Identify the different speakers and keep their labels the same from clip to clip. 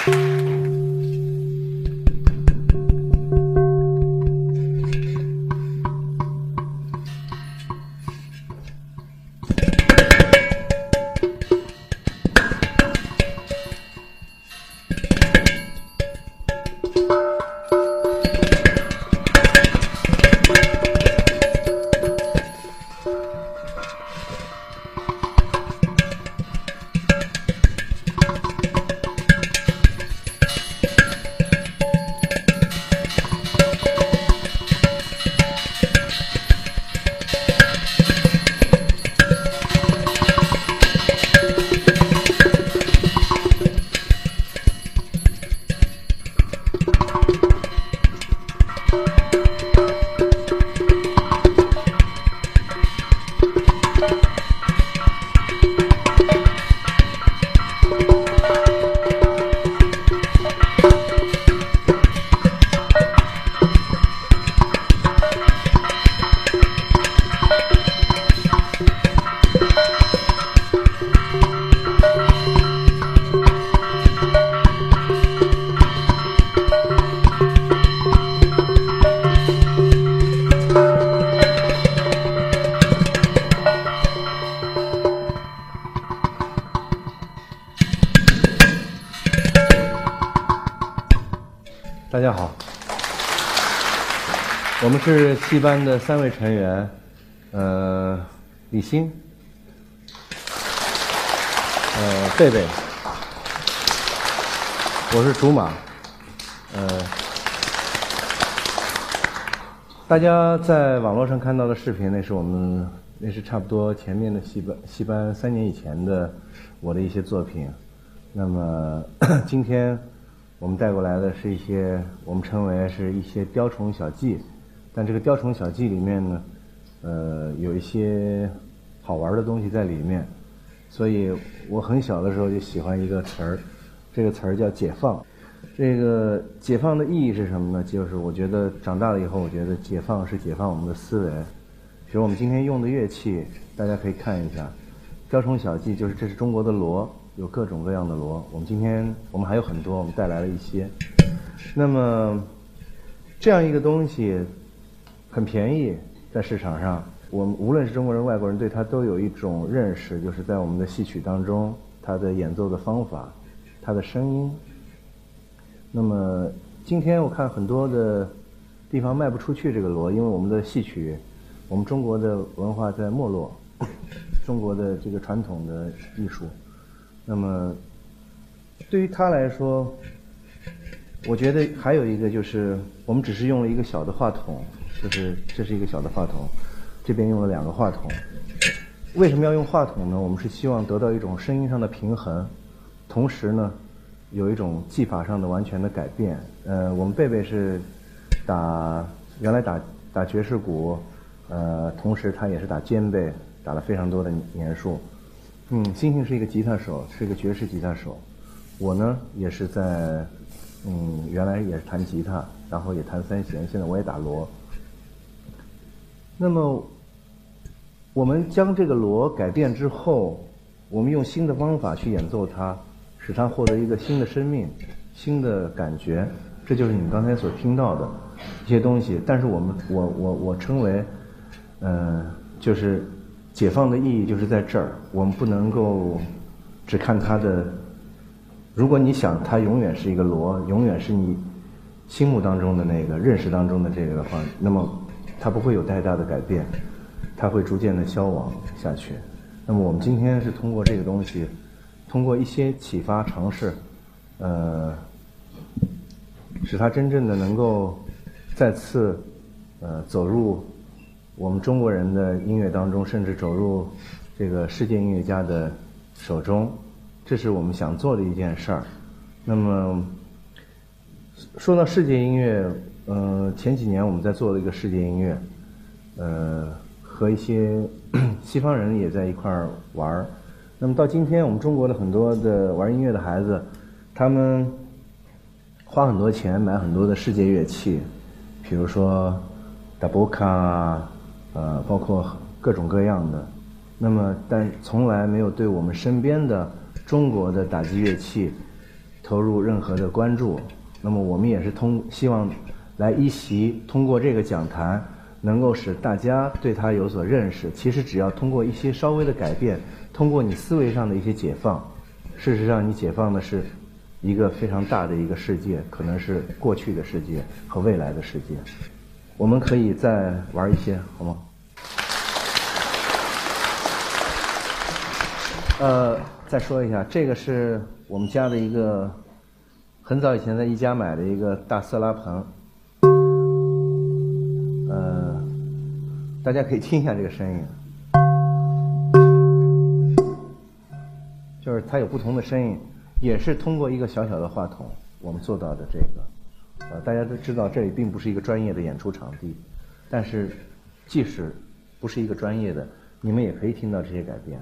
Speaker 1: 大家好，我们是戏班的3位成员，李欣，贝贝，我是竹马，大家在网络上看到的视频，那是差不多前面的戏班3年以前的我的一些作品。那么今天我们带过来的是一些我们称为是一些雕虫小技，但这个雕虫小技里面呢，有一些好玩的东西在里面，所以我很小的时候就喜欢一个词儿，这个词儿叫解放。这个解放的意义是什么呢？就是我觉得长大了以后，我觉得解放是解放我们的思维。比如我们今天用的乐器，大家可以看一下，雕虫小技就是这是中国的锣。有各种各样的锣，我们还有很多，我们带来了一些。那么这样一个东西很便宜，在市场上，我们无论是中国人、外国人，对它都有一种认识，就是在我们的戏曲当中，它的演奏的方法，它的声音。那么今天我看很多的地方卖不出去这个锣，因为我们的戏曲，我们中国的文化在没落，中国的这个传统的艺术。那么对于他来说，我觉得还有一个就是我们只是用了一个小的话筒，就是这是一个小的话筒，这边用了2个话筒。为什么要用话筒呢？我们是希望得到一种声音上的平衡，同时呢有一种技法上的完全的改变。我们贝贝是原来打爵士鼓，同时他也是打肩贝，打了非常多的年数。星星是一个吉他手，是一个爵士吉他手。我呢也是在原来也是弹吉他，然后也弹3弦，现在我也打锣。那么我们将这个锣改变之后，我们用新的方法去演奏它，使它获得一个新的生命、新的感觉。这就是你们刚才所听到的一些东西。但是我称为就是解放的意义就是在这儿，我们不能够只看它的。如果你想它永远是一个锣，永远是你心目当中的那个认识当中的这个的话，那么它不会有太大的改变，它会逐渐的消亡下去。那么我们今天是通过这个东西，通过一些启发尝试，使它真正的能够再次走入我们中国人的音乐当中，甚至走入这个世界音乐家的手中，这是我们想做的一件事儿。那么说到世界音乐，前几年我们在做了一个世界音乐，和一些西方人也在一块儿玩儿。那么到今天，我们中国的很多的玩音乐的孩子，他们花很多钱买很多的世界乐器，比如说达波卡，包括各种各样的。但从来没有对我们身边的中国的打击乐器投入任何的关注。那么我们也是希望来一席通过这个讲坛，能够使大家对它有所认识。其实只要通过一些稍微的改变，通过你思维上的一些解放，事实上你解放的是一个非常大的一个世界，可能是过去的世界和未来的世界。我们可以再玩一些，好吗？再说一下，这个是我们家的一个很早以前在宜家买的一个大色拉盆。大家可以听一下这个声音，就是它有不同的声音，也是通过一个小小的话筒我们做到的这个。大家都知道这里并不是一个专业的演出场地，但是即使不是一个专业的，你们也可以听到这些改变。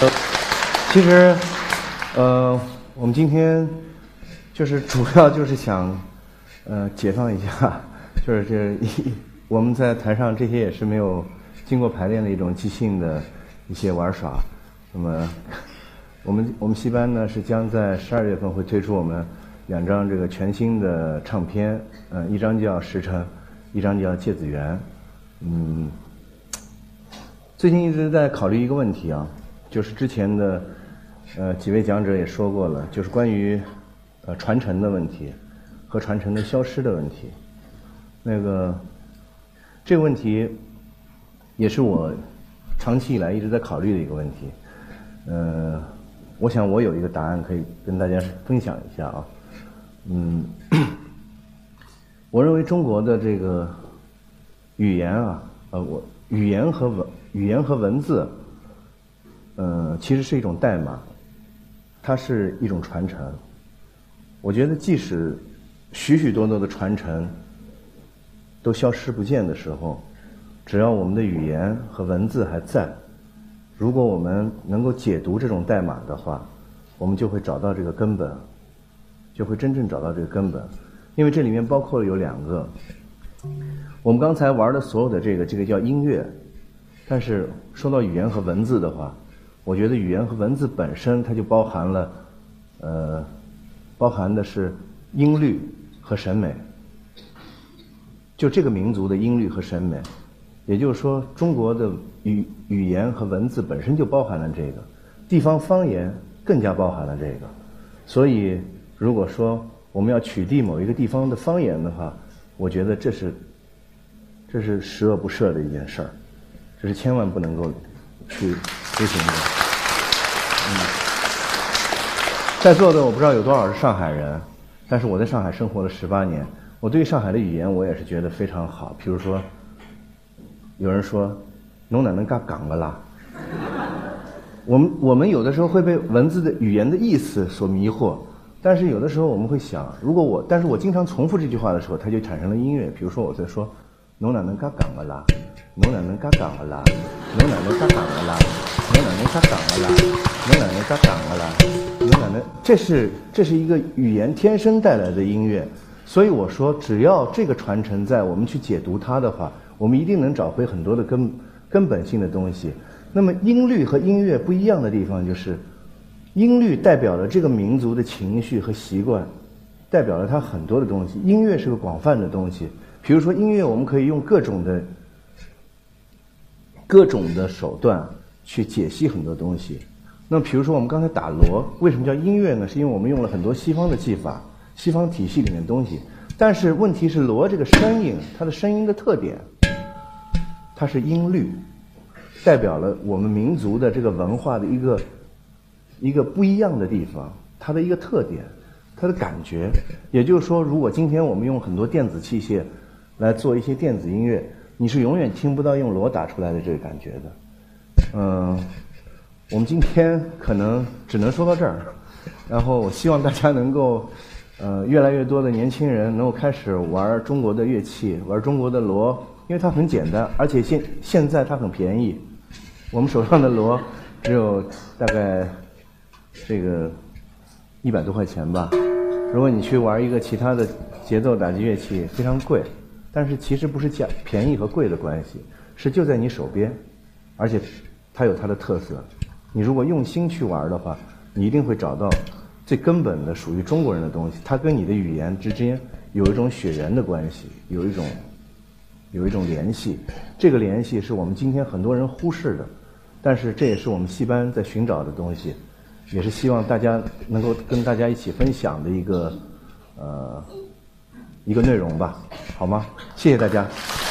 Speaker 1: 其实，我们今天就是主要就是想，解放一下，就是我们在台上这些也是没有经过排练的一种即兴的一些玩耍。那么，我们戏班呢是将在12月份会推出我们2张这个全新的唱片，一张叫《时辰》，一张叫《芥子园》。最近一直在考虑一个问题啊，就是之前的几位讲者也说过了，就是关于传承的问题和传承的消失的问题。这个问题也是我长期以来一直在考虑的一个问题。我想我有一个答案可以跟大家分享一下啊。我认为中国的这个语言啊，语言和文字，其实是一种代码，它是一种传承。我觉得即使许许多多的传承都消失不见的时候，只要我们的语言和文字还在，如果我们能够解读这种代码的话，我们就会找到这个根本，就会真正找到这个根本。因为这里面包括了有2个，我们刚才玩的所有的这个叫音乐，但是说到语言和文字的话，我觉得语言和文字本身它就包含的是音律和审美，就这个民族的音律和审美，也就是说中国的语言和文字本身就包含了这个，地方方言更加包含了这个。所以如果说我们要取缔某一个地方的方言的话，我觉得这是十恶不赦的一件事儿，这是千万不能够去执行的。在座的我不知道有多少是上海人，但是我在上海生活了18年，我对上海的语言我也是觉得非常好。比如说，有人说“侬哪能噶讲个啦”，我们有的时候会被文字的语言的意思所迷惑。但是有的时候我们会想，但是我经常重复这句话的时候，它就产生了音乐。比如说我在说“侬哪能噶讲个啦，侬哪能噶讲个啦，侬哪能噶讲个啦，侬哪能噶讲个啦，侬哪能噶讲个啦，侬哪能”，这是一个语言天生带来的音乐。所以我说，只要这个传承在，我们去解读它的话，我们一定能找回很多的根本性的东西。那么音律和音乐不一样的地方就是，音律代表了这个民族的情绪和习惯，代表了它很多的东西。音乐是个广泛的东西，比如说音乐我们可以用各种的手段去解析很多东西。那么比如说我们刚才打锣，为什么叫音乐呢？是因为我们用了很多西方的技法，西方体系里面的东西。但是问题是锣这个声音，它的声音的特点，它是音律，代表了我们民族的这个文化的一个不一样的地方，它的一个特点，它的感觉。也就是说，如果今天我们用很多电子器械来做一些电子音乐，你是永远听不到用锣打出来的这个感觉的。我们今天可能只能说到这儿，然后我希望大家能够越来越多的年轻人能够开始玩中国的乐器，玩中国的锣，因为它很简单，而且现在它很便宜。我们手上的锣只有大概这个100多块钱吧。如果你去玩一个其他的节奏打击乐器，非常贵。但是其实不是便宜和贵的关系，是就在你手边，而且它有它的特色。你如果用心去玩的话，你一定会找到最根本的属于中国人的东西。它跟你的语言之间有一种血缘的关系，有一种联系。这个联系是我们今天很多人忽视的，但是这也是我们戏班在寻找的东西，也是希望大家能够跟大家一起分享的一个内容吧，好吗？谢谢大家。